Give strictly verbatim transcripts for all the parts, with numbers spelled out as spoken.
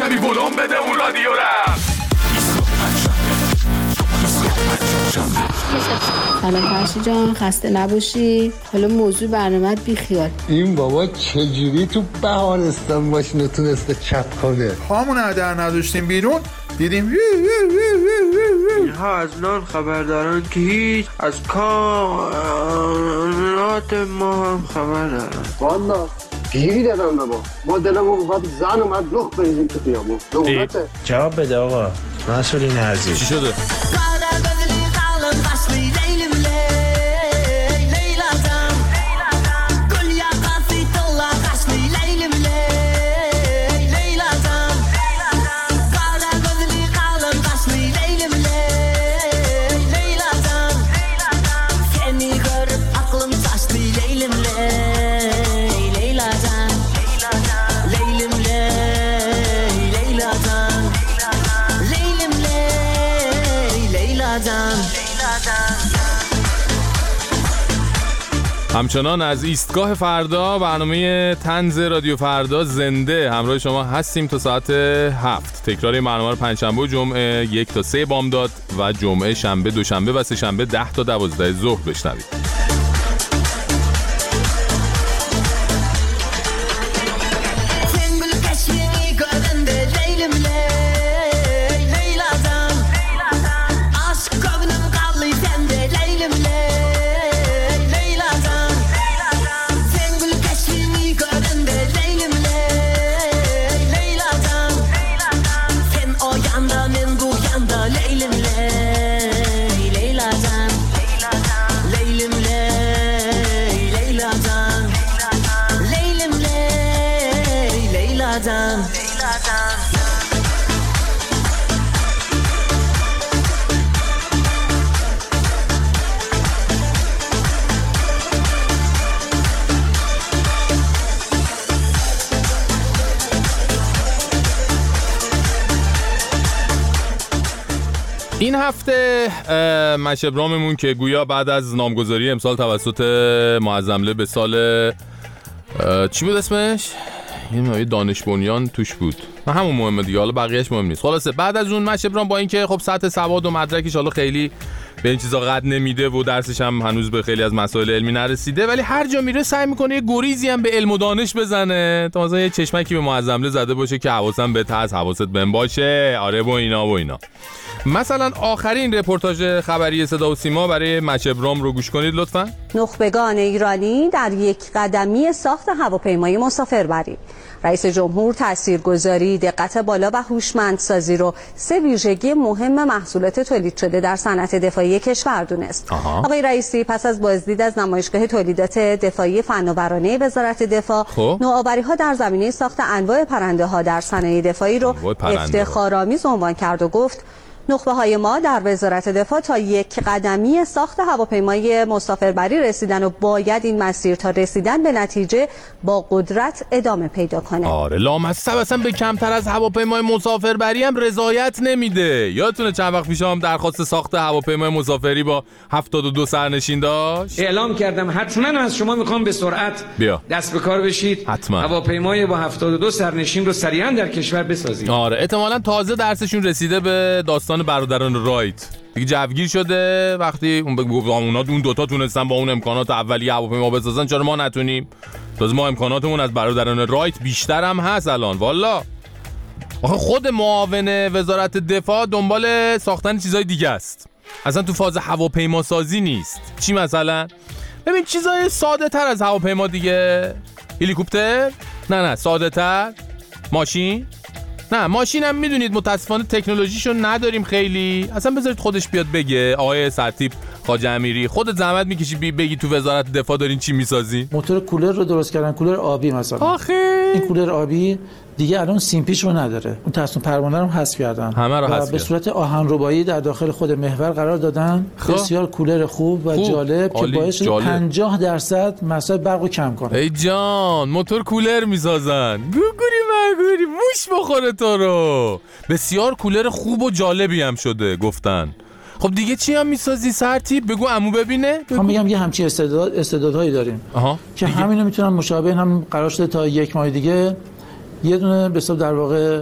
کمی ولوم بده اون رادیو را. سلام فرشی جان، خسته نباشی. حالا موضوع برنامه بی خیال. این بابا چجوری تو بهارستان ماشینو تونسته چپ کنه؟ پامون در نداشتیم بیرون دیدیم اینها از نان خبردارن که هیچ از کارات ما هم خبر دارن. والا گیری دادم بابا، ما دلمون میخواد زن اومد لخ بریزیم تو خیابون. نوبته جواب بده آقا مسئولین عزیز. چی شده؟ همچنان از ایستگاه فردا برنامه طنز رادیو فردا زنده همراه شما هستیم تا ساعت هفت. تکرار این برنامه رو پنجشنبه و جمعه یک تا سه بامداد و جمعه شنبه دوشنبه و سه شنبه ده تا دوازده ظهر بشنوید. این هفته مشبراممون که گویا بعد از نامگذاری امسال توسط معظمله به سال چی بود اسمش؟ یه دانش بنیان توش بود و همون مهمه دیگه، حالا بقیهش مهم نیست. خلاصه بعد از اون مشبرام با اینکه خب سطح سواد و مدرکش حالا خیلی به این چیزا قد نمیده و درسش هم هنوز به خیلی از مسائل علمی نرسیده، ولی هر جا میره سعی میکنه یه گریزی هم به علم و دانش بزنه تا مثلا یه چشمکی به معظمله زده باشه که حواسم بهت هست، حواست بهم باشه، آره و اینا و اینا. مثلا آخرین رپورتاج خبری صدا و سیما برای مشبرام رو گوش کنید لطفاً. نخبگان ایرانی در یک قدمی ساخت هواپیمای مسافربری. رئیس جمهور تاثیرگذاری، دقت بالا و هوشمندسازی رو سه ویژگی مهم محصولات تولید شده در صنعت دفاعی کشور دونست. آقای رئیسی پس از بازدید از نمایشگاه تولیدات دفاعی فناورانه وزارت دفاع، نوآوری‌ها در زمینه ساخت انواع پرنده‌ها در صنایع دفاعی رو افتخارآمیز عنوان کرد و گفت نخبه های ما در وزارت دفاع تا یک قدمی ساخت هواپیمای مسافربری رسیدن و باید این مسیر تا رسیدن به نتیجه با قدرت ادامه پیدا کنه. آره لامصب اصلا به کمتر از هواپیمای مسافربری هم رضایت نمیده. یادتونه چند وقت پیش هم درخواست ساخت هواپیمای مسافری با هفتاد و دو سرنشین داشت؟ اعلام کردم حتما از شما میخوام به سرعت بیا. دست به کار بشید، حتما هواپیمای با هفتاد و دو سرنشین رو سریعا در کشور بسازید. آره احتمالاً تازه درسشون رسیده به داستان برادران رایت دیگه، جوگیر شده وقتی اون بگو اونا اون دوتا تونستن با اون امکانات اولیه هواپیما بسازن، چرا ما نتونیم؟ تازه ما امکاناتمون از برادران رایت بیشتر هم هست الان. والا آخه خود معاون وزارت دفاع دنبال ساختن چیزای دیگه است، اصلا تو فاز هواپیما سازی نیست. چی مثلا؟ ببین چیزای ساده تر از هواپیما دیگه، هلیکوپتر؟ نه نه ساده تر. ماشین؟ نه ماشین هم میدونید متاسفانه تکنولوژیشو نداریم خیلی، اصلا بذارید خودش بیاد بگه. آقای سرتیپ خواجه امیری خودت زحمت میکشی بی بگی تو وزارت دفاع دارین چی میسازی؟ موتور کولر رو درست کردن، کولر آبی مثلا. آخه این کولر آبی دیگه الان سیمپیش رو نداره، اون تصمیم پروانه رو حذف کردن، همه رو حذف به صورت آهنربایی در داخل خود محور قرار دادن. خب. بسیار کولر خوب و خوب. جالب که باعث شده پنجاه درصد مصرف برق رو کم کنه. ای جان موتور کولر میسازن، گوگوری مگوری موش بخوره تو رو. بسیار کولر خوب و جالبی هم شده گفتن. خب دیگه چی هم میسازی سرتیپ؟ بگو عمو ببینه. من میگم یه همچین استعداد استعدادهایی داریم. آها. که همینو میتونن مشابه هم قرار شده تا یک ماه دیگه یه دونه به حساب در واقع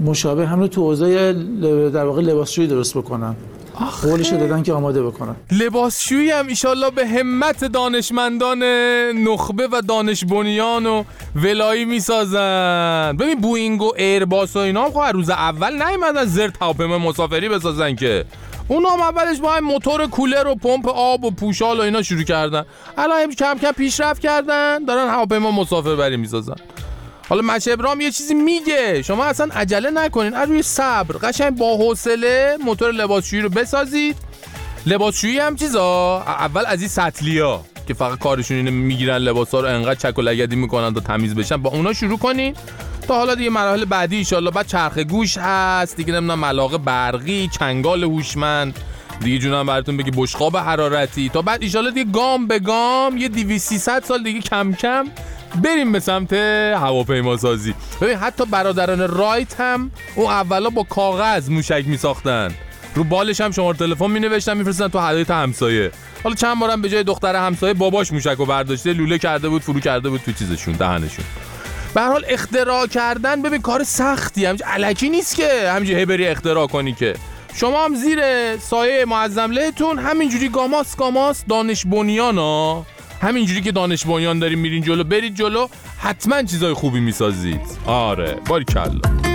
مشابه همون تو اوضاع در واقع لباسشویی درست بکنن. قولش دادن که آماده بکنن. لباسشویی هم ایشالله به همت دانشمندان نخبه و دانش بنیان و ولایی میسازن. ببین بوینگ و ایرباس و اینا هم خب روز اول نیومدن زرت هواپیمای مسافری بسازن که. اونا هم اولش با این موتور کولر و پمپ آب و پوشال و اینا شروع کردن. الان کم کم پیشرفت کردن دارن هواپیما مسافربری میسازن. حالا مچه ابراهیم یه چیزی میگه، شما اصلا عجله نکنین، از روی صبر قشنگ با حوصله موتور لباسشویی رو بسازید. لباسشویی هم چیزا اول از این سطلیا که فقط کارشون اینه میگیرن لباسا رو انقدر چک و لگدی میکنن تا تمیز بشن، با اونا شروع کنین تا حالا دیگه مراحل بعدی ان شاءالله. بعد چرخ گوش هست دیگه، نمیدونم ملاقه برقی، چنگال هوشمند دیگه، جونم براتون بگی بشقاب حرارتی، تا بعد ان شاءالله دیگه گام به گام یه دویست سیصد سال دیگه کم کم بریم به سمت هواپیما سازی. ببین حتی برادران رایت هم اون اولا با کاغذ موشک میساختن، رو بالش هم شماره تلفن مینوشتن میفرستن تو حدیقه همسایه. حالا چند بارم به جای دختر همسایه باباش موشکو برداشته لوله کرده بود فرو کرده بود تو چیزشون دهنشون. به هر حال اختراع کردن ببین کار سختی، همینج الکی نیست که همینجوری بری اختراع کنی که. شما هم زیر سایه معظم لهتون همینجوری گاماس گاماس دانش بنیانا، همینجوری که دانش بنیان داریم میرین جلو، برید جلو حتما چیزای خوبی میسازید. آره باریکلا.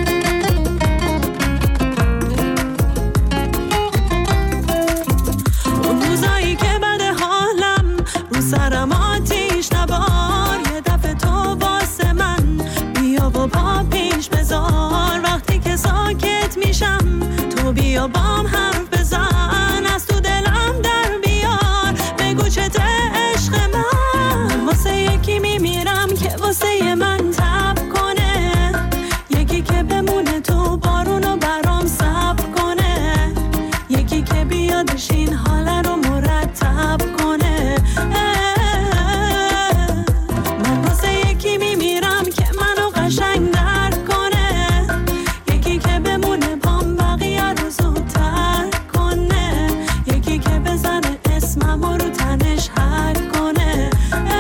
اون روزایی که بده حالم رو سرم آتیش نبار، یه دفعه تو واسه من بیا و پا پیش بذار، وقتی که ساکت میشم تو بیا بام حرف بزن، از تو دلم در بیار بگو چته عشق من، واسه یکی میمیرم که واسه من تب کنه، یکی که بمونه تو بارونو برام صبر کنه، یکی که بیادش این حال رو مرتب کنه. من واسه یکی میمیرم که منو قشنگ درک کنه، یکی که بمونه پام بقیه رو زودتر کنه، یکی که بزنه اسمم رو تنش حک کنه.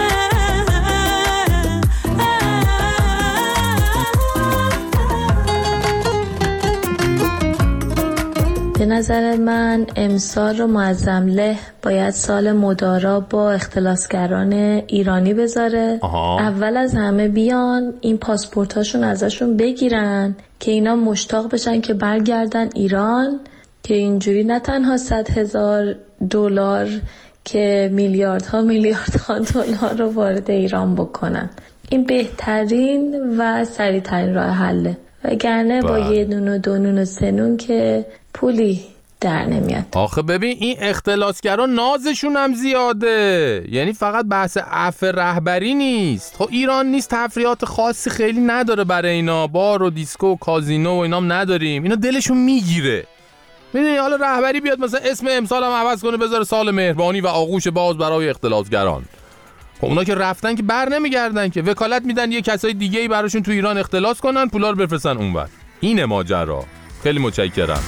به نظر من امسال رو معظم له باید سال مدارا با اختلاسگران ایرانی بذاره. آها. اول از همه بیان این پاسپورتاشون ازشون بگیرن که اینا مشتاق بشن که برگردن ایران، که اینجوری نه تنها صد هزار دلار که میلیاردها میلیاردها دلار رو وارد ایران بکنن. این بهترین و سریعترین راه حله، وگرنه با یه نون و دو نون و سه نون که پولی در نمیاد. آخه ببین این اختلاسگران نازشون هم زیاده، یعنی فقط بحث عفو رهبری نیست. خب ایران نیست، تفریحات خاصی خیلی نداره برای اینا، بار و دیسکو و کازینو و اینام نداریم، اینا دلشون میگیره. میدونی حالا رهبری بیاد مثلا اسم امسال هم عوض کنه بذاره سال مهربانی و آغوش باز برای اختلاسگران. خب اونا که رفتن که بر نمیگردن که، وکالت میدن یه کسای دیگه‌ای براشون تو ایران اختلاس کنن، پولا رو بفرستن اونور. اینه ماجرا. خیلی متشکرم.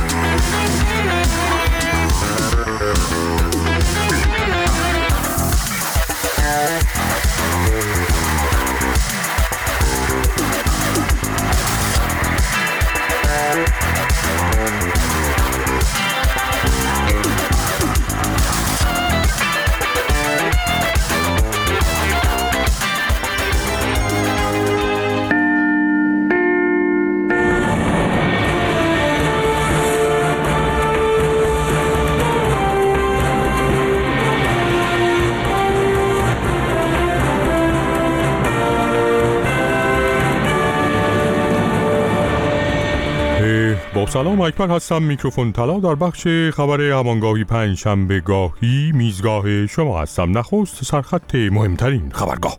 سلام، اکبر هستم. میکروفون طلا در بخش خبر همانگاهی پنج شنبه گاهی میزگاه شما هستم. نخست سرخط مهمترین خبرگاه.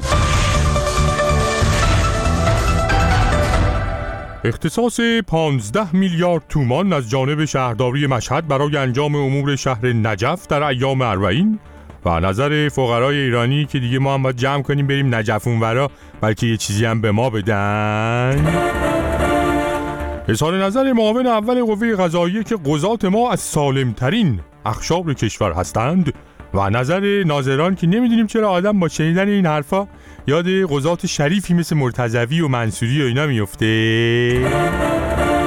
اختصاص پانزده میلیارد تومان از جانب شهرداری مشهد برای انجام امور شهر نجف در ایام اربعین و نظر فقرای ایرانی که دیگه ما هم باید جمع کنیم بریم نجف اونورا، بلکه یه چیزی هم به ما بدن. اظهار نظر معاون اول قوه قضاییه که قضات ما از سالمترین اقشار کشور هستند و نظر ناظران که نمیدونیم چرا آدم با شنیدن این حرفا یاد قضات شریفی مثل مرتضوی و منصوری و اینا میفته.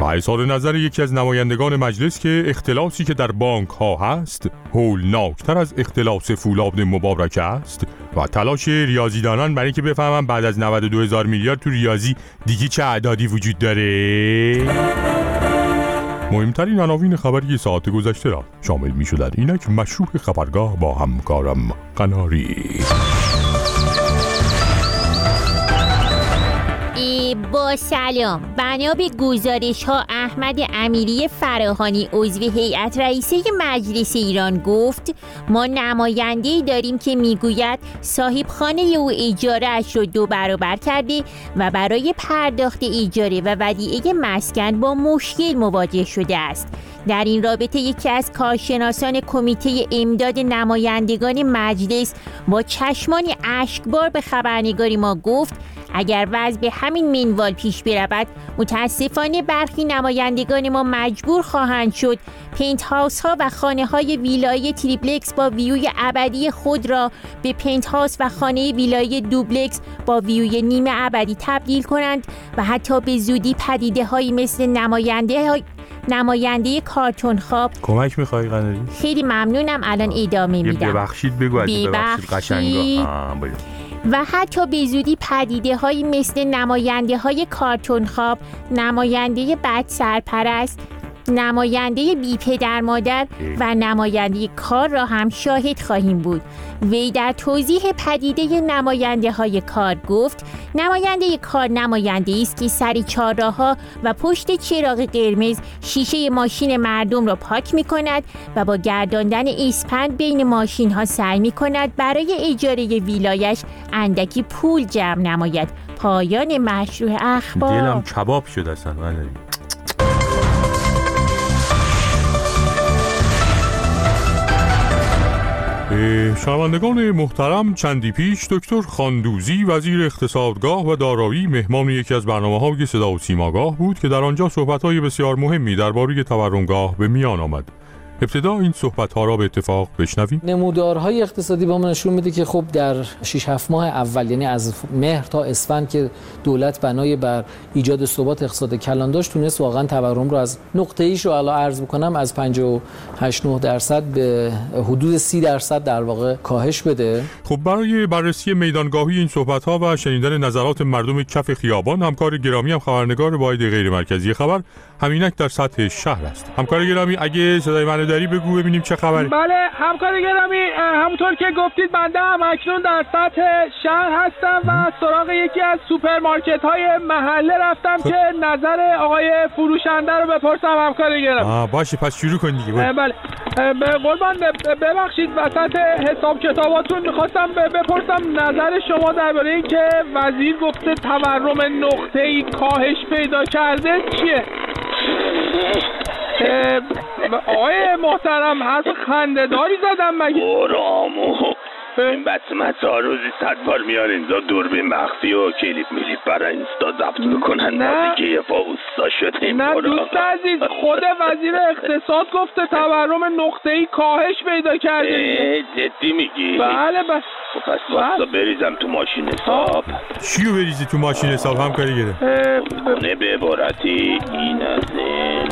و اظهار نظر یکی از نمایندگان مجلس که اختلاسی که در بانک ها هست هولناکتر از اختلاس فولاد مبارک است و تلاش ریاضیدانان برای که بفهمن بعد از نود و دو هزار میلیارد تو ریاضی دیگه چه اعدادی وجود داره. مهمترین عناوین خبری ساعت گذشته را شامل می شدند. اینک مشروع خبرگاه با همکارم قناری. با سلام، بنا به گزارش ها احمد امیری فراهانی عضو هیئت رئیسه مجلس ایران گفت ما نماینده‌ای داریم که میگوید صاحب خانه او اجاره اش رو دو برابر کرده و برای پرداخت اجاره و ودیعه مسکن با مشکل مواجه شده است. در این رابطه یکی از کارشناسان کمیته امداد نمایندگان مجلس با چشمانی اشکبار به خبرنگاری ما گفت اگر وضع به همین منوال پیش برود متاسفانه برخی نمایندگان ما مجبور خواهند شد پنت هاوس ها و خانه های ویلایی تریپلکس با ویوی ابدی خود را به پنت هاوس و خانه ویلایی دوبلکس با ویوی نیمه ابدی تبدیل کنند و حتی به زودی پدیده هایی مثل نماینده های نماینده کارتون خواب. کمک میخوای قناری؟ خیلی ممنونم، الان ادامه میدم. ببخشید بگو. ببخشید قشنگا. و حتی به زودی پدیده هایی مثل نماینده های کارتون خواب، نماینده بد سرپرست، نماینده بی پدر مادر و نماینده کار را هم شاهد خواهیم بود. وی در توضیح پدیده نماینده های کار گفت نماینده کار نماینده است که سر چهارراه‌ها و پشت چراغ قرمز شیشه ماشین مردم را پاک می کند و با گرداندن اسپند بین ماشین ها سعی می کند برای اجاره ویلایش اندکی پول جمع نماید. پایان مشروع اخبار. دلم کباب شد اصلا. شنوندگان محترم، چندی پیش دکتر خاندوزی وزیر اقتصادگاه و دارایی مهمان یکی از برنامه‌های صدا و سیماگاه بود که در آنجا صحبت‌های بسیار مهمی درباره تورمگاه به میان آمد. ابتدا این صحبت‌ها را به اتفاق بشنویم. نمودارهای اقتصادی به ما نشون میده که خب در شش هفت ماه اول، یعنی از مهر تا اسفند که دولت بنای بر ایجاد ثبات اقتصاد کلان داشت، تونست واقعا تورم رو از نقطه ایش رو الان عرض بکنم از پنجاه و هشت نه درصد به حدود سی درصد در واقع کاهش بده. خب برای بررسی میدانگاهی این صحبت‌ها و شنیدن نظرات مردم کف خیابان، همکار گرامی هم خبرنگار واحد غیر مرکزی خبر همینک در سطح شهر است. همکار گرامی اگه صدای منو داری بگو ببینیم چه خبره. بله همکار گرامی، همونطور که گفتید بنده هم اکنون در سطح شهر هستم و سراغ یکی از سوپرمارکت های محله رفتم که نظر آقای فروشنده رو بپرسم. همکار گرامی آه باشه، پس شروع کن دیگه. بله قربان ببخشید وسط حساب کتاباتون میخواستم بپرسم نظر شما درباره این که وزیر گفته تورم نقطه‌ای کاهش پیدا کرده چیه؟ آقای محترم حرف خنده‌داری زدم مگه؟ برامو این بسمت ها روزی صد بار میان اینجا دوربین مخفی و کلیپ میلیپ برای اینستا ضبط میکنن. نه دیگه یه پا اوستا شدیم. نه دوست عزیز، خود وزیر اقتصاد گفته تورم نقطه‌ای کاهش پیدا کرده. جدی میگی؟ بله بس. پس واستا بریزم تو ماشین حساب. چیو بریزی تو ماشین حساب همکاری گره؟ خونه به عبارتی این از این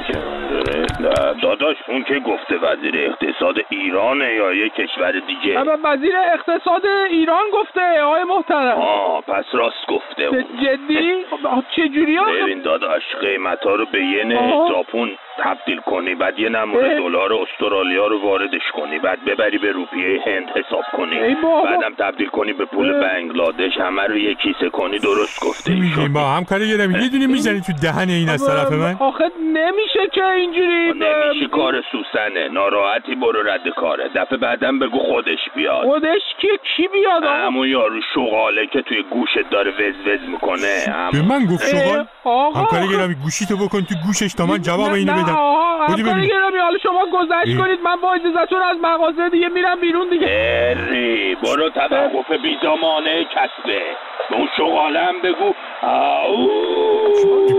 داداش اون که گفته وزیر اقتصاد ایرانه یا یه کشور دیگه؟ وزیر اقتصاد ایران گفته آقای محترم. آه پس راست گفته اون. جدی؟ چجوری ها؟ ببین داداش قیمت ها رو به ین ژاپن تبدیل کنی، بعد یه نمونه دلار استرالیا رو واردش کنی، بعد ببری به روپیه هند حساب کنی، بعدم تبدیل کنی به پول بنگلادش، همه رو یه کیسه کنی. درست گفته میگی ما همکاری گرم یه دونه میزنی تو دهن این از طرف من. آخه نمیشه که اینجوری. نمیشه، کار سوسنه. ناراحتی برو رد کاره، دفعه بعدم بگو خودش بیاد. خودش کی کی بیاد؟ همون یارو شغاله که توی گوشت داره وز وز میکنه. به من گفت شغال؟ همکاری گرم گوشیتو بکن تو گوشش تا من جواب اینو بدم. همکاری گرامی حالا شما گذشت کنید، من با اجازهتون از مغازه دیگه میرم بیرون دیگه. اری برو توقف بیزامانه کسبه. به اون شغالم بگو آو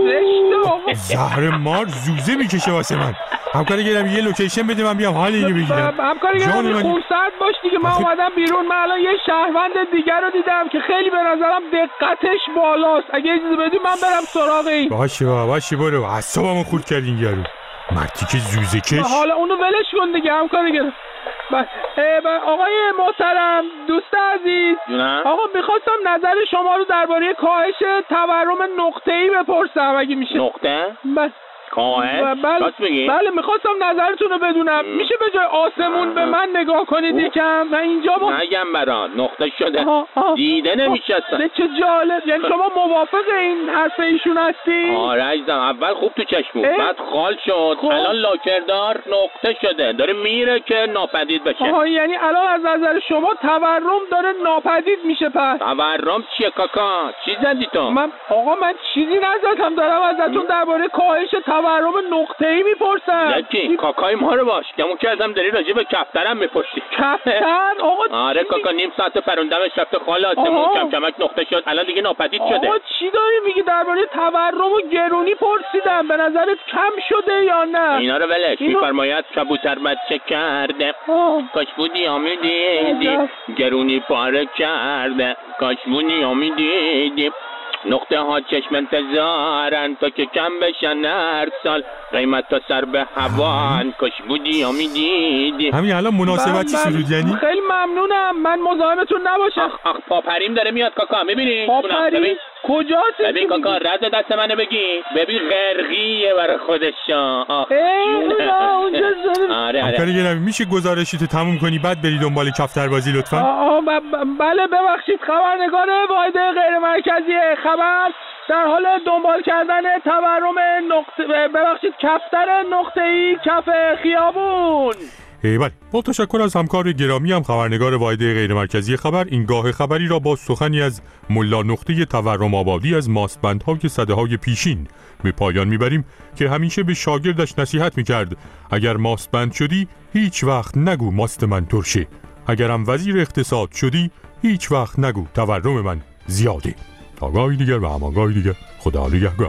زهر مار زوزه میکشه واسه من. همکار گرم یه لوکیشن بده من بیام حال اینو بگیرم. همکار گرم خونسرد باش دیگه، من اومدم بیرون. من الان یه شهروند دیگر رو دیدم که خیلی به نظرم دقتش بالاست. اگه اجازه بدی من برم سراغ این. باشه بابا باشه برو، اعصابمو خورد کردین یارو. مردی که زوزه کش. حالا اونو ولش کن دیگه همکار گرم. آقای محترم، دوست عزیز، آقا میخواستم نظر شما رو درباره کاهش تورم نقطه‌ای بپرسم اگه میشه. نقطه؟ بس کاهش؟ بله بله میخواستم نظرتون رو بدونم. میشه به جای آسمون به من نگاه کنید یکم و اینجا با نگم برات نقطه شده آه آه. دیده نمیشه اصلا. چه جالب. یعنی شما موافق این حرف ایشون هستی؟ آره عزیزم، اول خوب تو چشم بود بعد خال شد خوب. الان لاکردار نقطه شده، داره میره که ناپدید بشه. آها یعنی الان از نظر شما تورم داره ناپدید میشه. پس تورم چیه کاکا؟ چی زدی تو؟ من آقا من چیزی نزدم، دارم ازتون درباره کاهش تورم نقطه‌ای میپرسم. یکی کاکای ما رو باش گمون کردم داری راجع به کفترم میپرسی. کفتر؟ آقا آره کاکا نیم ساعت پروندمش رفته خالات کم کمک نقطه شد، الان دیگه ناپدید شده. آقا چی داری میگی؟ درباره تورم و گرونی پرسیدم، به نظرت کم شده یا نه؟ اینا رو ولش. اینو... میفرماید کبوتر بچه کرده آه. کاش بودی آمیدیدی گرونی پاره کرده کاش بودی آمیدیدی نقطه ها چشم انتظارن تا که کم بشن هر سال قیمت تا سر به هوان کاش بودی یا میدیدی. همین الان مناسبتی سرود یعنی؟ خیلی ممنونم، من مزاحمتون نباشم. اخ اخ پاپریم داره میاد کاکا، میبینی؟ پاپریم؟ کجاست؟ ببین کاکا رد دست منو بگی ببین غرقیه برای خودشان. آخ آره آره آره میشه گزارشی تو تموم کنی بعد بری دنبال کفتر بازی لطفا؟ آه بله ببخشید، خبرنگار واحد غیر مرکزی خبر در حال دنبال کردن تورم نقطه ببخشید کفتر نقطه‌ای کف خیابون. بله با تشکر از همکار گرامی هم خبرنگار واحد غیر مرکزی خبر. این گاه خبری را با سخنی از ملا نقطه تورم آبادی از ماستبندهای صده‌های پیشین به پایان میبریم که همیشه به شاگردش نصیحت میکرد اگر ماستبند شدی هیچ وقت نگو ماست من ترشه، اگرم وزیر اقتصاد شدی هیچ وقت نگو تورم من زیاده. تا گاهی دیگر و همان گاهی دیگر خدا نگهدار.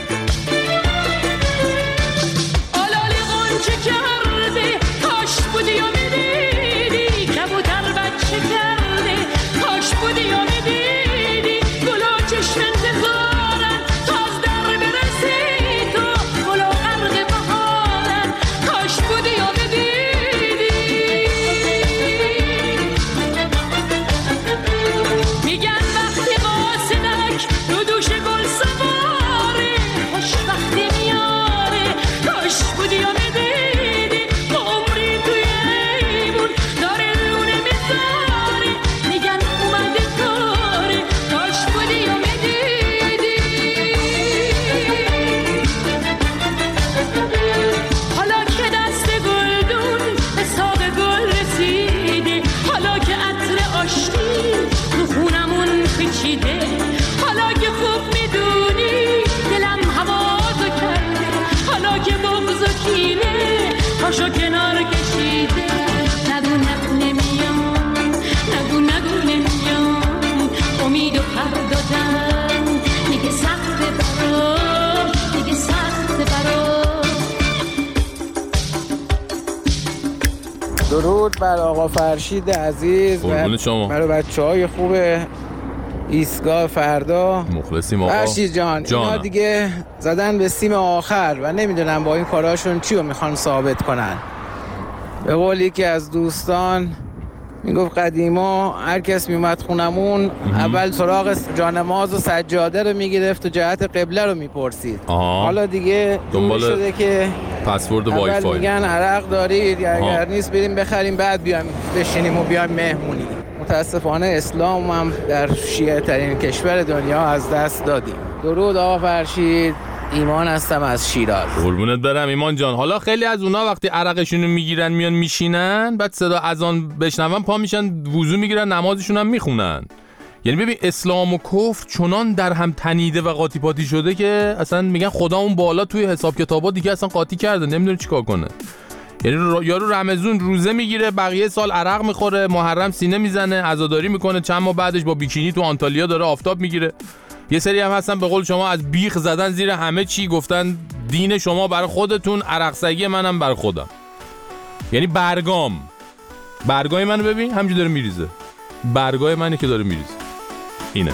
درود بر آقا فرشید عزیز و برای بچه‌های خوب ایستگاه فردا. مخلصیم آقا فرشید جان. جانم. اینا دیگه زدن به سیم آخر و نمیدونم با این کاراشون چی رو میخوان ثابت کنن. به قولی که از دوستان میگفت قدیما هر کس میومد خونمون اول سراغ جانماز و سجاده رو میگرفت و جهت قبله رو میپرسید. حالا دیگه دنبال شده که پسورد وای فای میگن عرق دارید یا اگر نیست بریم بخریم بعد بیایم بشینیم و بیایم مهمونی. متاسفانه اسلام هم در شیعه ترین کشور دنیا از دست دادیم. درود آقا فرشید، ایمان هستم از شیراز. قربونت برم ایمان جان. حالا خیلی از اونا وقتی عرقشونو میگیرن میان میشینن بعد صدا اذان بشنون پا میشن وضو میگیرن نمازشون هم میخونن. یعنی ببین اسلام و کفر چنان در هم تنیده و قاطی پاتی شده که اصلا میگن خدا اون بالا توی حساب کتابا دیگه اصلا قاطی کرده نمیدونه چیکار کنه. یعنی رو یارو رمضان روزه میگیره بقیه سال عرق میخوره، محرم سینه میزنه، عزاداری میکنه، چند ماه بعدش با بیکینی تو آنتالیا داره آفتاب میگیره. یه سری هم هستن به قول شما از بیخ زدن زیر همه چی، گفتن دین شما برای خودتون، عرقسگی منم برای خودم. یعنی برگام برگای منو ببین همینجوری داره میریزه، برگای منه که داره میریزه. اینه.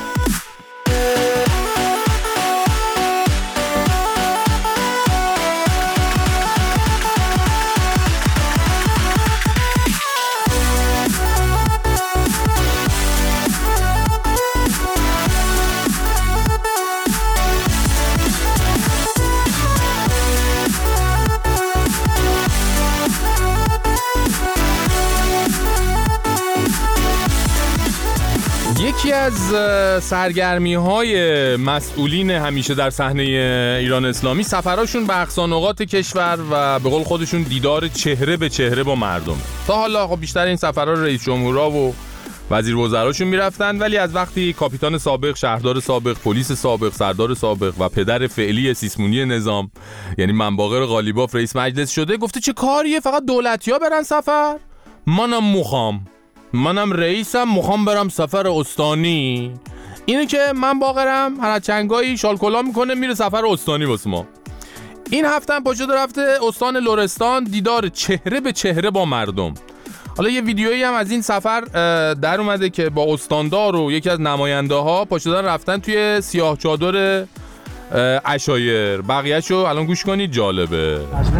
یکی از سرگرمی‌های مسئولین همیشه در صحنه ایران اسلامی سفراشون به اقصانقاط کشور و به قول خودشون دیدار چهره به چهره با مردم. تا حالا خب بیشتر این سفرها رئیس جمهورها و وزیر وزراشون میرفتن، ولی از وقتی کاپیتان سابق، شهردار سابق، پلیس سابق، سردار سابق و پدر فعلی سیسمونی نظام یعنی منباقر قالیباف رئیس مجلس شده، گفته چه کاریه فقط دولتی‌ها برن سفر؟ منم مخام منم رئیسم مخوام برم سفر استانی. اینه که من باقرم هر چنگایی شال کلا میکنه میره سفر استانی واسه ما. این هفته هم پاشده رفته استان لرستان دیدار چهره به چهره با مردم. حالا یه ویدیویی هم از این سفر در اومده که با استاندار و یکی از نماینده ها پاشدن رفتن توی سیاه چادر عشایر. بقیه‌شو الان گوش کنید، جالبه.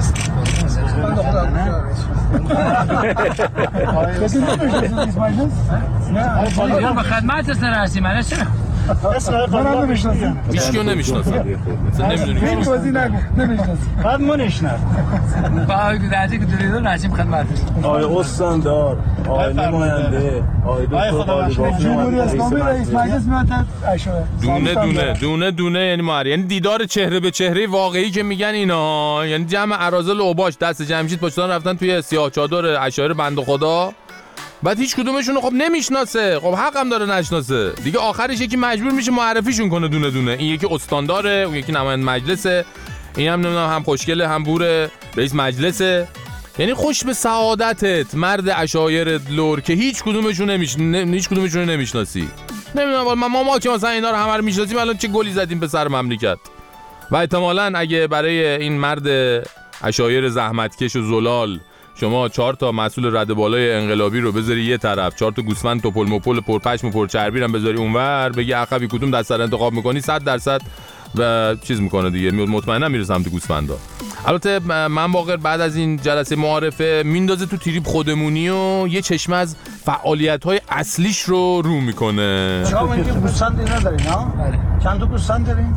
به خدمت سررسی من چرا؟ منم نمیشناسم. هیچکیو نمیشناسم. اصلا نمیدونی کی توضیح نگو. نمیشناسم. بعد ما نشناسم. با درجه که دارید رسیم خدمتش. آقای استاندار، آقای نماینده، آقای دکتر جمهوری اسلامی رئیس مجلس میاد اشاره. دونه دونه دونه دونه یعنی ما یعنی دیدار چهره به چهره واقعی که میگن اینا، یعنی جمع اراذل اوباش دست جمشید پشتان رفتن توی سیاه چادر اشاره بنده خدا. بعد هیچ کدومشون رو خب نمیشناسه. خب حق هم داره نشناسه دیگه. آخرش یکی مجبور میشه معرفیشون کنه دونه دونه. این یکی استانداره، اون یکی نماینده مجلسه، این هم نمیدونم هم خوشگله هم بوره رئیس مجلسه. یعنی خوش به سعادتت مرد عشایر لور که هیچ کدومشون نمیش هیچ کدومشون رو نمیشناسی. نمیدونم ما ما, ما که مثلا اینا رو همه رو میشناسیم الان چه گلی زدیم به سر مملکت. و احتمالاً اگه برای این مرد عشایر زحمتکش و زلال شما چهار تا مسئول رده بالای انقلابی رو بذاری یه طرف، چهار تا گوسفند توپل مپل پرپشم و پرچربی هم بذاری اونور، بگی عقبی کدوم دست سر انتخاب میکنی، صد درصد و چیز میکنه دیگه، مطمئنا میره سمت گوسفندا. البته من واقعا بعد از این جلسه معارفه میندازه تو تریپ خودمونی و یه چشمه از فعالیت‌های اصلیش رو رو میکنه. شما اینجا گوسفند ندارین ها؟ چند تا گوسفند دارین؟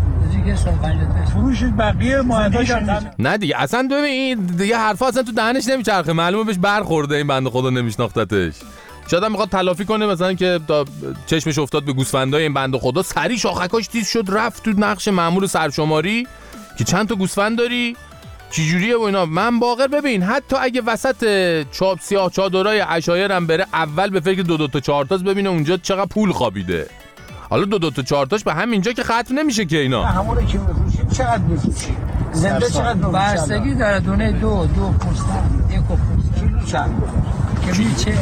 فروش بقیه معداشون نه دیگه اصلا ببین دیگه حرفا اصلا تو دهنش نمیچرخه، معلومه بهش برخورده این بنده خدا نمیشناختتش. شاید هم میخواد تلافی کنه مثلا که تا چشمش افتاد به گوسفندای این بنده خدا، سری شاخکاش تیز شد رفت تو نقش مأمور سرشماری که چند تا گوسفند داری چجوریه و اینا. من باقر ببین حتی اگه وسط چاپ سیاه چادرای عشایرم بره اول به فکر دو دو تا چهار تاست ببینه اونجا چقدر پول خوابیده. حالا دو دو تا چهار تاش به همینجا که ختم نمیشه که اینا. همون که میفروشید چقدر میفروشید؟ زنده چقدر بستگی داره، دونه دو دو پوستن یک پوست کیلو چند کیلو چه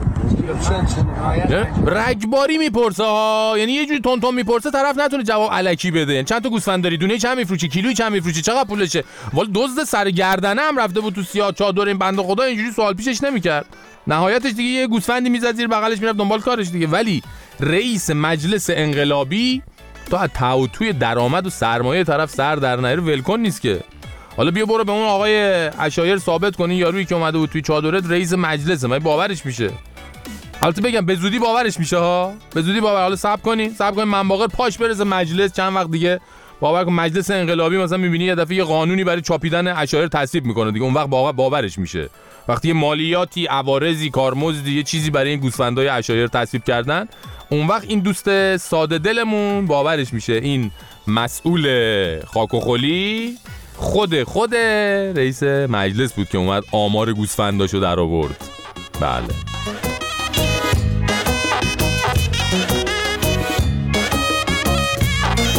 رگباری میپرسه ها، یعنی یه جوری تون تون میپرسه طرف نتونه جواب الکی بده. یعنی چند تا گوسفند داری، دونه چند میفروشی، کیلویی چند میفروشی، چقدر پولشه؟ والا دزد سرگردنه هم رفته بود تو سیاه چادر این بنده خدا، اینجوری سوال پیشش نمیکرد. نهایتش دیگه یه گوسفندی میزد زیر بغلش میرفت دنبال کارش دیگه. ولی رئیس مجلس انقلابی تو از تعاطوی درآمد و سرمایه طرف سر در نهره ولکن نیست که. حالا بیا برو به اون آقای عشایر ثابت کنی یارویی که اومده بود توی چادرت رئیس مجلسه، من باورش میشه. البته بگم به زودی باورش میشه ها، به زودی باور. حالا صبر کنین صبر کنین من باقر پاش برسه مجلس چند وقت دیگه باور کن مجلس انقلابی مثلا میبینی یه دفعه یه قانونی برای چاپیدن عشایر تصویب میکنه دیگه، اون وقت باور باورش میشه. وقتی یه مالیاتی، عوارضی، کارمزدی، یه چیزی برای این گوسفندای عشایر تصویب کردن، اون وقت این دوست ساده دلمون باورش میشه این مسئول خاک و خلی خود خود رئیس مجلس بود که اومد آمار گوسفنداشو در آورد. بله.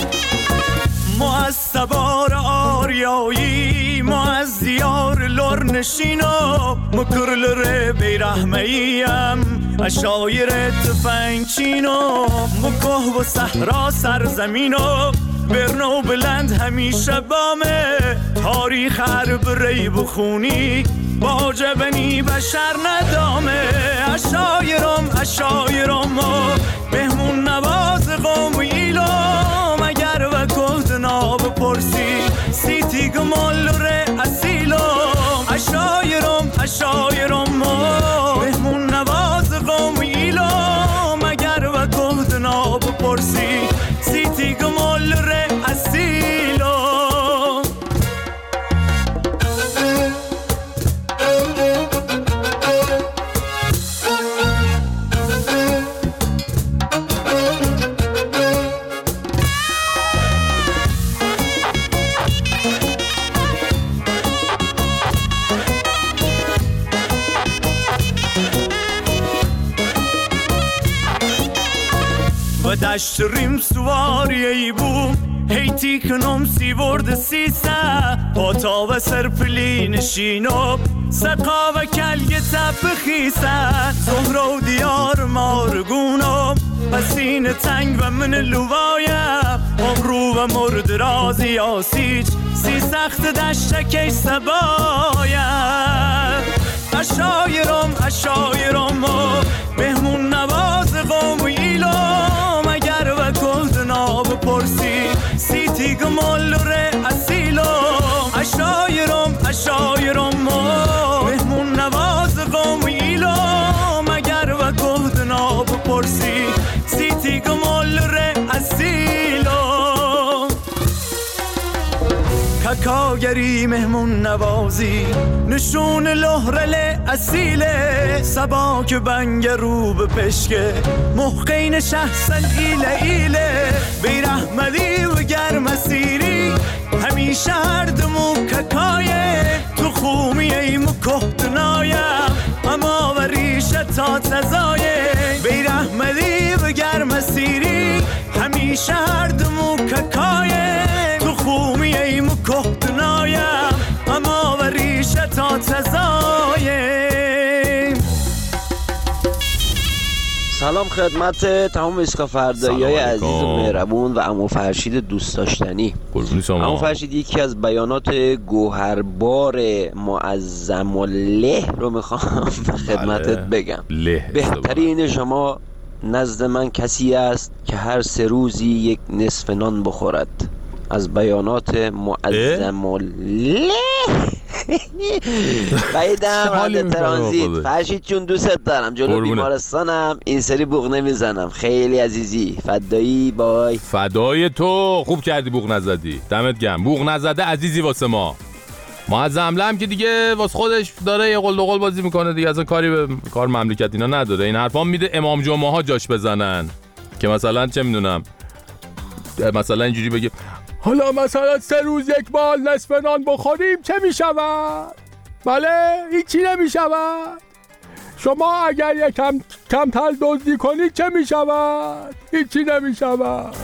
ما از سوار آریایی، ما از دیار لور نشین و مکرل ره بیرحمه ایم اشایر تفنگ چین و مکه و صحرا سرزمین و برنو بلند همیشه بامه تاریخ حرب ری بخونی با جبنی بشر ندامه اشایرم اشایرم و مهمون نواز قوم ایلام اگر و گهد ناب پرسی سیتی گمال ره اصیلم اشایرم اشایرم و مهمون نواز قوم ایلام اگر و گهد ناب پرسی سیتی گمال ره اصیلم. و دشت ریم سواری ای بو هیتی کنم سی ورد سیسه با تا و سرپلی نشینم سقا و کلگه تب خیسه زهرا و دیار مارگونم پسین تنگ و من لوایم امرو و مرد رازی آسیج سی سخت دشتکش سبایم اشایرم اشایرم و مهمون نواز قوم ایلام اگر و گهد ناب پرسی سیتی گمال ره اصیلم اشایرم اشایرم و مهمون نواز قوم ایلام اگر و گهد ناب پرسی سیتی گمال ره اصیلم. کاگری مهمون نوازی نشون لحرل اصیله سباک بنگ رو به پشکه محقین شخصن ایله ایله بیرحمدی و گرم سیری همیشه هر دمو ککایه تو خومی ای مکهدنایم اما و ریشه تا تزایه بیرحمدی و گرم سیری همیشه هر دمو ککایه تو خومی ای مکهدنایم اما و ریشه تا تزایه. سلام خدمت تمام اسکافردایی های عزیز و مهربون و عمو فرشید دوست داشتنی. عمو فرشید یکی از بیانات گوهربار معظم الله رو میخوام خدمتت بگم. بهترین شما نزد من کسی است که هر سه روزی یک نصف نان بخورد. از بیانات معظم الله. بایدم رانده ترانزیت. فرشید چون دوست دارم، جلو بیمارستانم، این سری بوق نمیزنم. خیلی عزیزی، فدایی. بای. فدای تو. خوب کردی بوق نزدی، دمت گرم. بوق نزده عزیزی واسه ما. معظم لم که دیگه واسه خودش داره یه قل قل بازی میکنه دیگه، اصلا کاری به کار مملکت اینا نداره. این حرفا میده امام جمعه ها جاش بزنن که مثلا چه میدونم، مثلا اینجوری بگه حالا مثلا سه روز یک بار نصف نان بخوریم چه میشود؟ بله هیچی نمیشود. شما اگر یکم کمتر دزدی کنید چه میشود؟ هیچی نمیشود.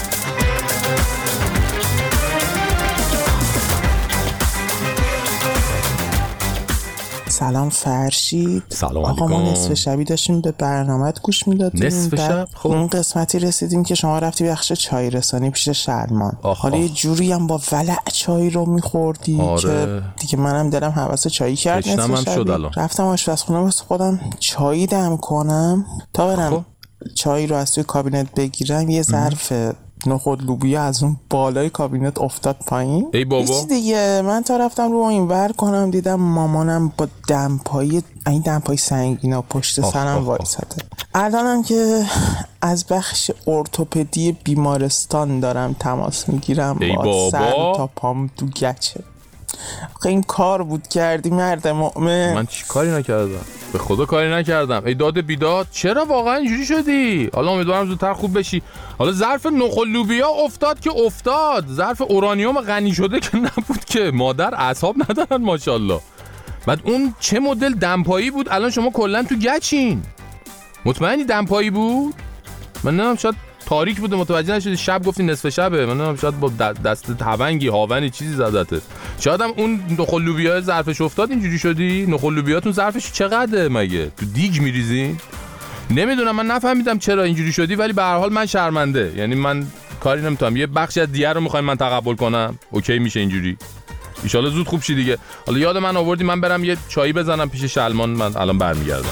سلام فرشید. سلام علیکم. آقا ما نصف شبی داشتیم به برنامه‌ات گوش میدادیم. نصف شب؟ خب اون قسمتی رسیدیم که شما رفتی بخش چای رسانی پیش شرمان. حالا یه جوری هم با ولع چای رو میخوردی آره. که دیگه منم دلم حواس چایی کرد. نصف شبی رفتم آشپزخونه واسه خودم چای دم کنم تا برم خب. چای رو از توی کابینت بگیرم. یه ظرف نخود لوبیا از اون بالای کابینت افتاد پایین. ای بابا دیگه من تا رفتم رو این ور کنم دیدم مامانم با دمپایی این دمپایی سنگینا پشت سرم وایساده. الانم که از بخش ارتوپدی بیمارستان دارم تماس میگیرم با سر تا پام تو گچه. این کار بود کردی مرد مؤمن. من چی کاری نکردم؟ به خدا کاری نکردم. ای داد بیداد چرا واقعا اینجوری شدی؟ حالا امیدوارم زودتر خوب بشی. حالا ظرف نخل لوبیا افتاد که افتاد، ظرف اورانیوم غنی شده که نبود که. مادر اعصاب ندارن ماشاءالله. بعد اون چه مدل دمپایی بود؟ الان شما کلا تو گچین. مطمئنی دمپایی بود؟ من نمیدونم، شاید تاریک بوده متوجه نشدی، شب گفتی نصف شبه. من شاید با دست تونگی هاونی چیزی زدته. شاید هم اون نخل لوبیا ظرفش افتاد اینجوری شدی. نخل لوبیاتون ظرفش چقدره مگه؟ تو دیگ میریزین؟ نمیدونم، من نفهمیدم چرا اینجوری شدی، ولی به هر حال من شرمنده. یعنی من کاری نمیتونم. یه بخش از دیگه رو میخوایم من تقبل کنم، اوکی میشه اینجوری. ان شاءالله زود خوب شی دیگه. حالا یاد من آوردی من برم یه چایی بزنم پیش شلمان، من الان برمیگردم.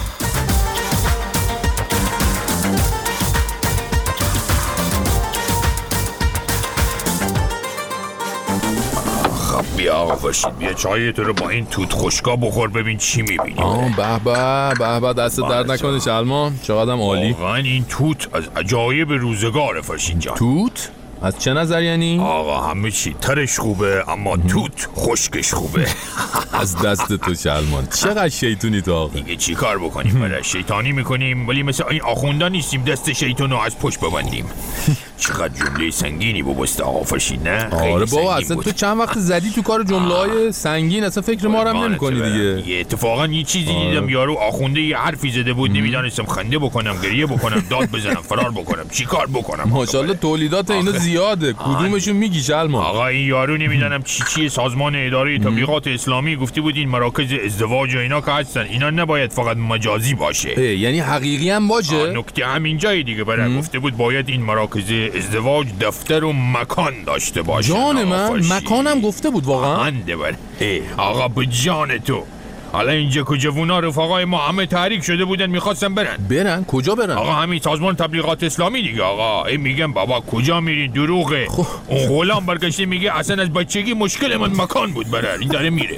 بیا آقا باشید، بیا چای تو رو با این توت خشکا بخور ببین چی میبینی. آه به به به به، دست درد نکنه شلمان، چقدرم عالی. واقعا این توت از عجایب روزگاره فرشید جان. توت؟ از چه نظر یعنی؟ آقا همه چی ترش خوبه اما توت خشکش خوبه. از دست تو شلمان، چقدر شیطونی تو آقا. دیگه چی کار بکنیم؟ برای شیطانی میکنیم ولی مثل این آخوندا نیستیم دست شیطونو از پشت ببندیم. چقدر جمله سنگینی بابست آقا فرشید، نه؟ آره بابا اصلا تو چند وقت زدی تو کار جمله های سنگین، اصلا فکر ما رو هم نمی کنی دیگه. یه اتفاقا یه چیزی آره. دیدم یارو آخونده یه حرفی زده بود، نمیدانستم خنده بکنم گریه بکنم داد بزنم فرار بکنم چی کار بکنم. ماشاءالله تولیدات اینا زیاده، کدومشون میگی شلمان؟ آقا این یارو نمیدونم چی چی سازمان اداره تبلیغات اسلامی گفته بود این مراکز ازدواج و اینا که هستن اینا نباید فقط مجازی باشه، یعنی حقیقی هم باشه. نکته همین جای دیگه برای گفته بود باید این مراکز ازدواج دفتر و مکان داشته باشه. جان من مکانم گفته بود واقعا. انده بر آقا به جان تو. حالا اینجا که جوونا رفقای ما همه تحریک شده بودن میخواستن برن. برن کجا برن؟ آقا همین سازمان تبلیغات اسلامی دیگه. آقا این میگم بابا کجا میرین دروغه. اون غلام برگشته میگه اصلا از بچگی مشکل من مکان بود برن. این داره میره.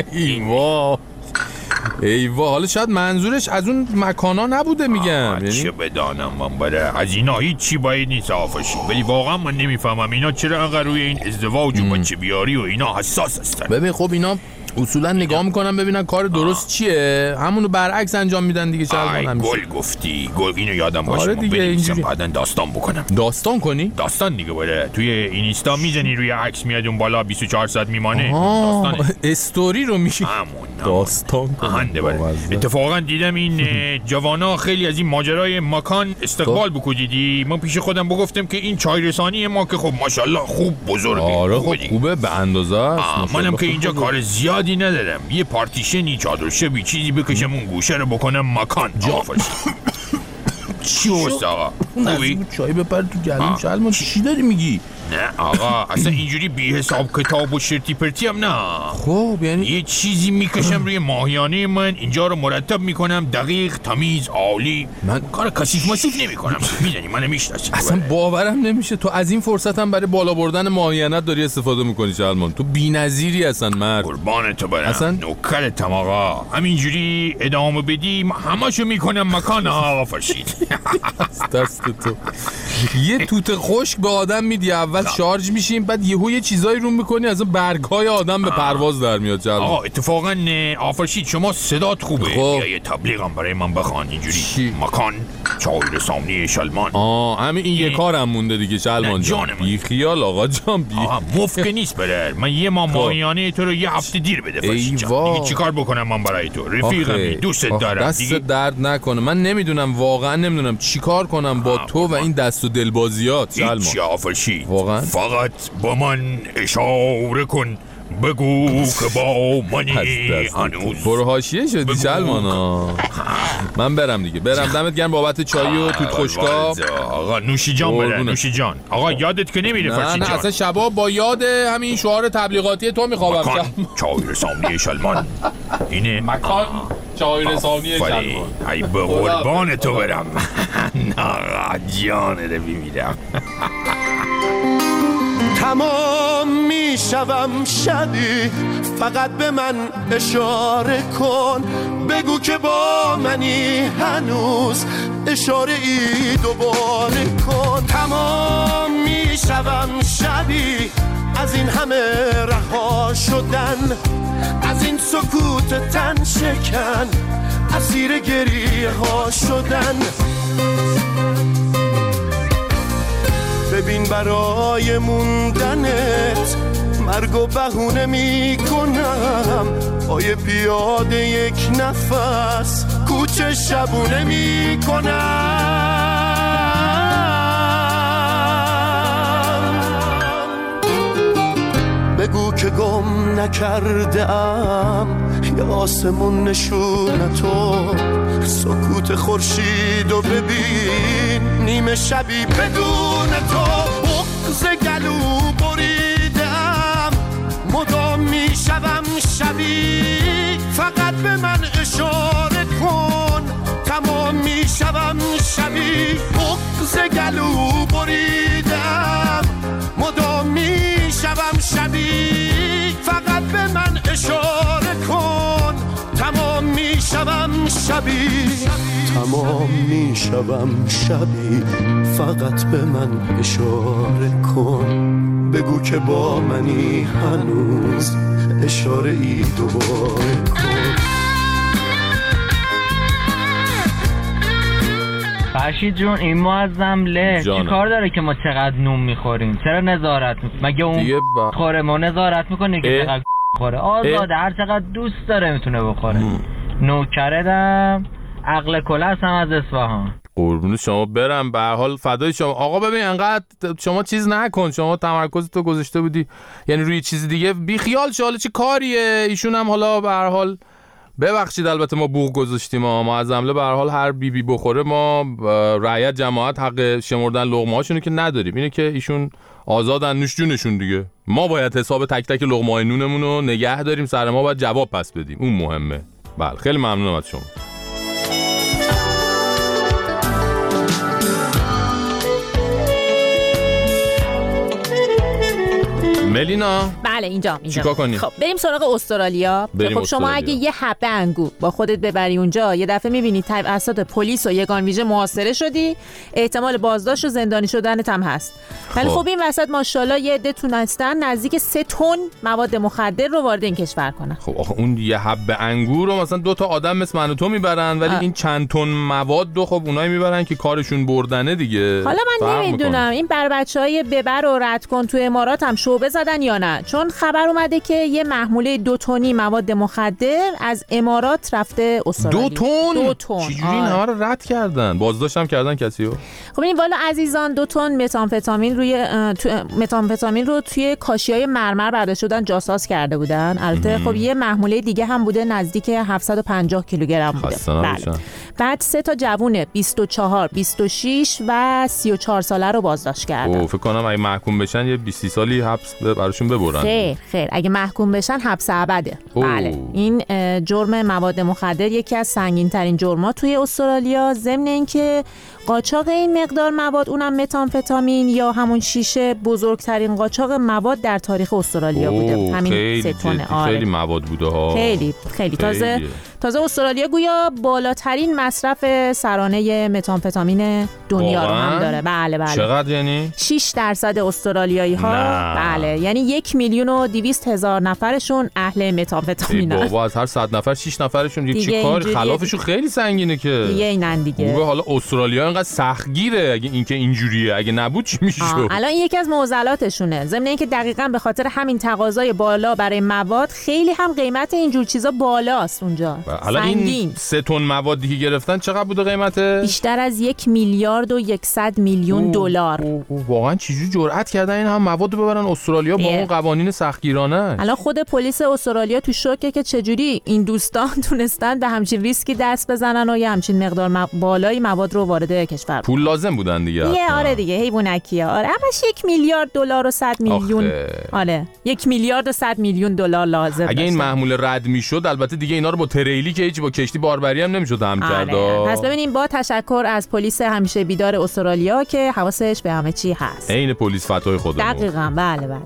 ایوا ایوا حالا شاید منظورش از اون مکانا نبوده میگم. یعنی چه بدانم من بره از اینا هیچ چی باید نیست آفشی، ولی واقعا من نمیفهمم اینا چرا انقدر روی این ازدواج و بچه بیاری و اینا حساس هستن. ببین خب اینا اصولا نگاه میکنم ببینن کار درست چیه، همونو برعکس انجام میدن دیگه. شلمان گل گفتی گل، اینو یادم باشه. آره دیگه اینجوری بعدن داستان بکنم. داستان کنی؟ داستان دیگه بره توی اینستا میزنی روی عکس میاد اون بالا بیست و چهار ساعت میمانه. داستانه استوری رو میشی داستان کنی. اتفاقا دیدم این جوانا خیلی از این ماجرای مکان استقبال بکنیدی. من پیش خودم بگفتم که این چای رسانی ما که خب ماشاءالله خوب بزرگه. آره خب خوبه به اندازه است. منم که اینجا کار زیادی ندارم، یه پارتیشنی چادر شبی چیزی بکشم اون گوشه رو بکنم مکان. آفرین. چی هست آقا؟ خوبی؟ چای بپر تو گلوم شلمان، چی داری میگی؟ نه آقا اصلا اینجوری بی حساب کتاب و شرطی پرتی هم نه. خب یعنی یه چیزی میکشم روی ماهیانه من، اینجا رو مرتب میکنم دقیق تمیز عالی. من کار کثیف مسیف نمیکنم. میدونی منو میشناسی. اصلا باورم نمیشه تو از این فرصت هم برای بالا بردن ماهیانت داری استفاده میکنی شلمان. تو بی‌نظیری هستن مرد. قربان تو برم اصلا نوکرتم آقا. همینجوری ادامه بدی همشو میکنم مکان. آقا فرشید دست تو یه توت خشک به آدم میدی، اول شارژ میشیم بعد یهو یه چیزایی رو میکنی از اون برگ‌های آدم به پرواز در میاد. جلو آقا اتفاقا آفرشید شما صدات خوبه. خب. یه تبلیغم برای من بخوان اینجوری چی؟ مکان چای رسانی شلمان. آه همین این یه کارم مونده دیگه شلمان جان. بی خیال آقا جان بی. آها مفت نیست برر. من یه ماه ماهیانه تو رو یه هفته دیر بده فرشید جان. دیگه چیکار بکنم من برای تو؟ رفیقمی دوست دارم. دست درد نکنه. من نمیدونم واقعا نمیدونم چیکار کنم با تو و این دست و دلبازیات شلمان. هیچ آفرشید واقعا فقط با من اشاره کن، بگو که با منی هنوز. برو حاشیه شدی شلمان. من برم دیگه، برم. دمت گرم بابت چای و توت خشکا. آقا نوشی جان بره نوشی جان. آقا یادت که نمیره فرشید جان. نه نه اصلا شبا با یاد همین شعار تبلیغاتی تو میخوابم. مکان چای رسانی شلمان. اینه مکان چای رسانی شلمان. ای به قربان تو برم. آقا جانه رو بمیرم. تمام میشوم شبی فقط به من اشاره کن، بگو که با منی هنوز اشاره ای دوباره کن. تمام میشوم شبی از این همه رها شدن، از این سکوت تن شکن، اسیر گریه ها شدن. ببین برای موندنت مرگ و بهونه می کنم، پای پیاده یک نفس کوچه شبونه می کنم. که گم نکرده ام یا آسمون نشونه تو سکوت خورشید و ببین نیمه شبی بدون تو بغض گلو بریدم مدام میشوم شبی فقط به من اشاره کن تمام میشوم شبی بغض گلو بریدم مدام میشوم شبی فقط به من اشاره کن تمام میشوم شبی تمام میشوم شبی فقط به من اشاره کن بگو که با منی هنوز اشاره ای دوباره کن. فرشید جون این معظم له چی کار داره که ما چقدر نون میخوریم؟ چرا نظارت میکنیم؟ مگه اون با... خوره ما نظارت میکنه که چقدر خوره؟ آزاده هر چقدر دوست داره میتونه بخوره. نوکره دم عقل کلس هم از اصفهان. قربون شما برم، به هر حال فدای شما. آقا ببین انقدر شما چیز نکن، شما تمرکز تو گذاشته بودی یعنی روی چیز دیگه، بی خیال شو. حالا چه کاریه ایشون هم حالا به هر حال ببخشید البته ما بوق گذاشتیم، ما ما از عمله به هر حال هر بی بی بخوره ما رعیت جماعت حق شمردن لقمه هاشونو که نداریم، اینه که ایشون آزادن نوش جونشون دیگه. ما باید حساب تک تک لقمه های نونمون رو نگه داریم، سر ما باید جواب پس بدیم، اون مهمه. بله خیلی ممنونم از شما. ملینا بله اینجا اینجا چیکار کنیم؟ خب بریم سراغ استرالیا. بریم خب شما استرالیا. اگه یه حبه انگور با خودت ببری اونجا یه دفعه میبینی توسط پلیس و یگان ویژه محاصره شدی، احتمال بازداشت و زندانی شدنت هم هست. ولی خب. خب این وسط ماشاءالله یه عده تونستن نزدیک سه تن مواد مخدر رو وارد این کشور کنن. خب آخه اون یه حبه انگور رو مثلا دو تا آدم مثل من و تو میبرن، ولی آه. این چند تن مواد رو خب اونایی میبرن که کارشون بردنه دیگه. حالا من نمیدونم این بر بچهای ببر و رد کن تو امارات هم شعبه زدن یا نه، چون خبر اومده که یه محموله دو تنی مواد مخدر از امارات رفته استرالیا. دو تن؟ دو تن. چجوری این همه رو رد کردن؟ بازداشتم کردن کسیو؟ خب این والا عزیزان دو تن متامفتامین روی متامفتامین رو توی کاشیای مرمر برداشت شدن جاساز کرده بودن. البته خب یه محموله دیگه هم بوده نزدیک هفتصد و پنجاه کیلوگرم بوده. بله. بعد سه تا جوون بیست و چهار، بیست و شش و سی و چهار ساله رو بازداشت کردن. او فکر کنم اگه محکوم بشن یه بیست سالی حبس براشون ببرن. خیر خیر اگه محکوم بشن حبس ابده. بله این جرم مواد مخدر یکی از سنگین ترین جرم‌ها توی استرالیا، ضمن اینکه قاچاق این مقدار مواد اونم متامفتامین یا همون شیشه بزرگترین قاچاق مواد در تاریخ استرالیا بوده. همین سه تن. آره. خیلی مواد بوده ها. خیلی خیلی تازه تازه استرالیا گویا بالاترین مصرف سرانه متامفتامین دنیا رو هم داره. بله بله. چقدر یعنی؟ شش درصد استرالیایی ها بله یعنی یک میلیون و دویست هزار نفرشون اهل متامفتامین هستن. بابا از هر صد نفر شش نفرشون یک چی کار خلافشون خیلی سنگینه که. دیگه اینن دیگه. خوبه حالا استرالیا اینقدر سختگیره اگه اینکه اینجوریه، اگه نبود چی میشه؟ الان یکی از معضلاتشونه. ضمن اینکه دقیقاً به خاطر همین تقاضای بالا برای مواد خیلی هم قیمت اینجور چیزا بالاست اونجا. حالا این سه تن موادی که گرفتن چقدر بوده قیمته؟ بیشتر از یک میلیارد و یکصد میلیون دلار. واقعا چجوری جرأت کردن این هم مواد رو ببرن استرالیا با اون قوانین سختگیرانه؟ الان خود پلیس استرالیا تو شوکه که چجوری این دوستان تونستن به همچین ریسکی دست بزنن و یه همچین مقدار م... بالای مواد رو وارد کشور. پول لازم بودن دیگه. یه آره دیگه حیوانکیه. آره همش یک میلیارد دلار و صد میلیون. آخه. آره یک میلیارد و صد میلیون دلار لازم. اگه این محموله رد میشد البته دیگه اینا رو با تریلی که هیچ با کشتی باربری هم نمیشد هم کرد. پس ببینیم با تشکر از پلیس همیشه بیدار استرالیا که حواسش به همه چی هست. عین پلیس فتای خودمون. دقیقاً بله بله.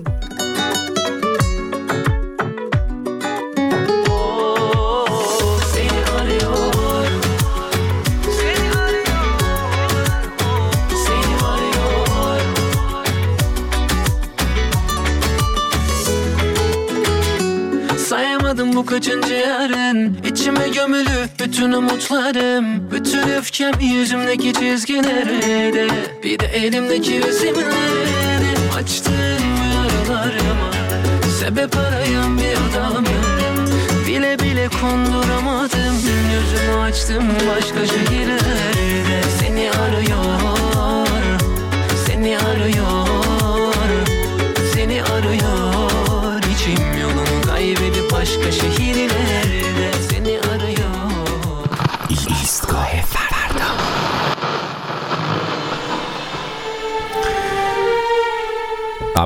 Bu kaçıncı yarın içime gömülü bütün umutlarım, bütün öfkem yüzümdeki çizgilerde, bir de elimdeki resimlerde. Açtığım yaralarıma sebep arayan bir adamım, bile bile konduramadım. Yüzümü açtım başka şehirlerde, seni arıyor, seni arıyor, seni arıyor içim.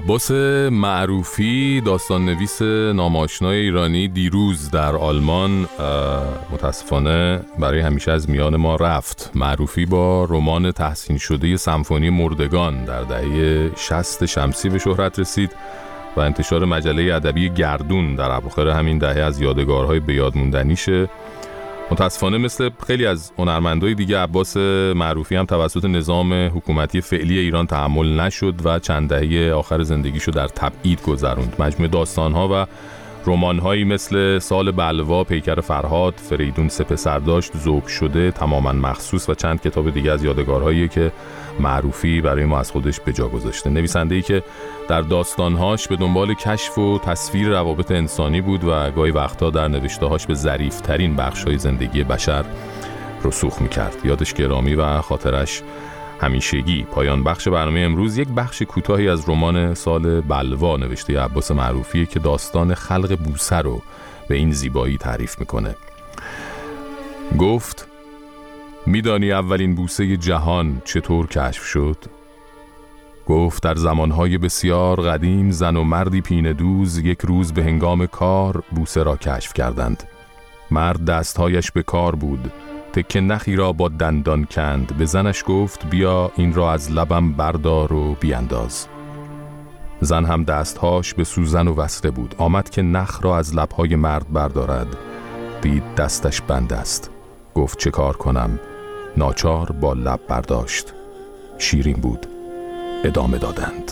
عباس معروفی داستان نویس ناماشنای ایرانی دیروز در آلمان متاسفانه برای همیشه از میان ما رفت. معروفی با رمان تحسین شده سمفونی مردگان در دهه شصت شمسی به شهرت رسید و انتشار مجله ادبی گردون در اواخر همین دهه از یادگارهای به یاد موندنیشه. متاسفانه مثل خیلی از هنرمندای دیگه عباس معروفی هم توسط نظام حکومتی فعلی ایران تحمل نشد و چند دهه آخر زندگیشو در تبعید گذروند. مجموعه داستان‌ها و رمان‌هایی مثل سال بلوا، پیکر فرهاد، فریدون سه پسر داشت، ذوق شده، تماما مخصوص و چند کتاب دیگه از یادگارهایی که معروفی برای ما از خودش به جا گذاشته. نویسنده‌ای که در داستان‌هاش به دنبال کشف و تصویر روابط انسانی بود و گاهی وقتا در نوشته‌هاش به ظریف‌ترین بخش‌های زندگی بشر رسوخ می‌کرد. یادش گرامی و خاطرش همیشگی. پایان بخش برنامه امروز یک بخش کوتاهی از رمان سال بلوا نوشته عباس معروفی که داستان خلق بوسه رو به این زیبایی تعریف میکنه. گفت میدانی اولین بوسه جهان چطور کشف شد؟ گفت در زمانهای بسیار قدیم زن و مردی پینه دوز یک روز به هنگام کار بوسه را کشف کردند. مرد دستهایش به کار بود، تکه نخی را با دندان کند. به زنش گفت بیا این را از لبم بردار و بیانداز. زن هم دستهاش به سوزن و وصله بود. آمد که نخ را از لبهای مرد بردارد، دید دستش بند است. گفت چه کار کنم؟ ناچار با لب برداشت. شیرین بود. ادامه دادند.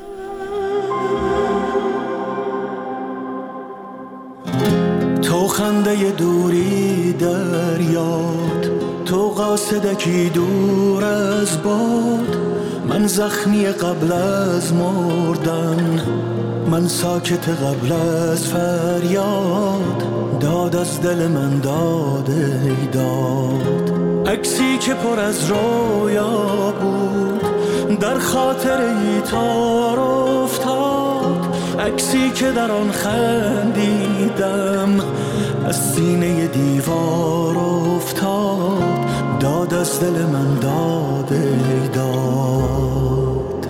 تو خنده دوری در یاد، تو قاصدکی دور از باد. من زخمی قبل از مردن، من ساکت قبل از فریاد. داد از دل من داد ای داد. عکسی که پر از رویا بود در خاطر ای تار افتاد. عکسی که در آن خندیدم از سینه دیوار افتاد. داد از دل من داد ای داد.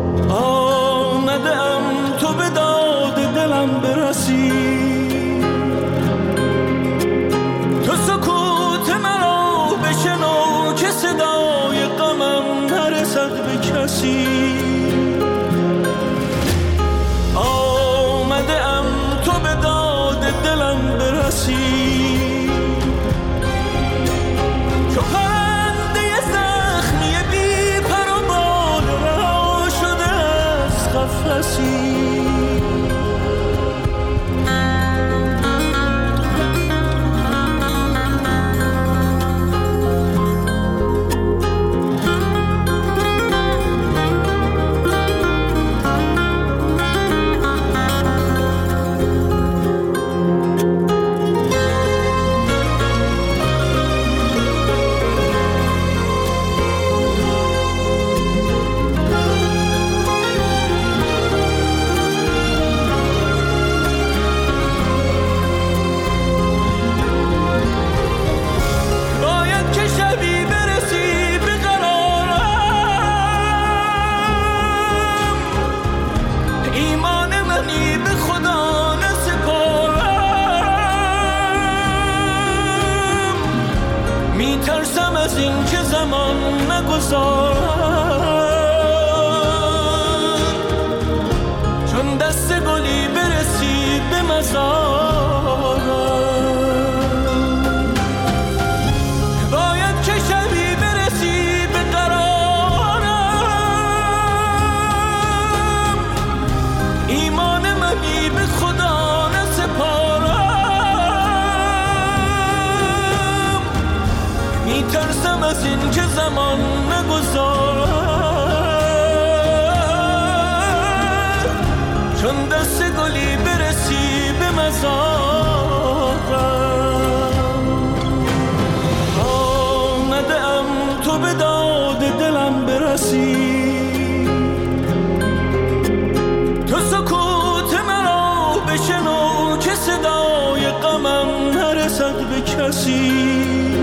آمدم تو به داد دلم برسی، تو سکوت مرا بشنو که صدای غمم نرسد به کسی. آمدم تو به داد دلم برسی، چو پرنده زخمی بی پر و بال رها شده از قفسی. میترسم از این که زمان نگذارم، چون دست گلی برسی به مزارم. باید که شبی برسی به قرارم، ایمان منی به خدا نسپارم. میترسم از این که زمان نگذارم، چون دست گلی برسی به مزارم. آمدم تو به داد دلم برسی، تو سکوت مرا بشنو که صدای غمم نرسد به کسی.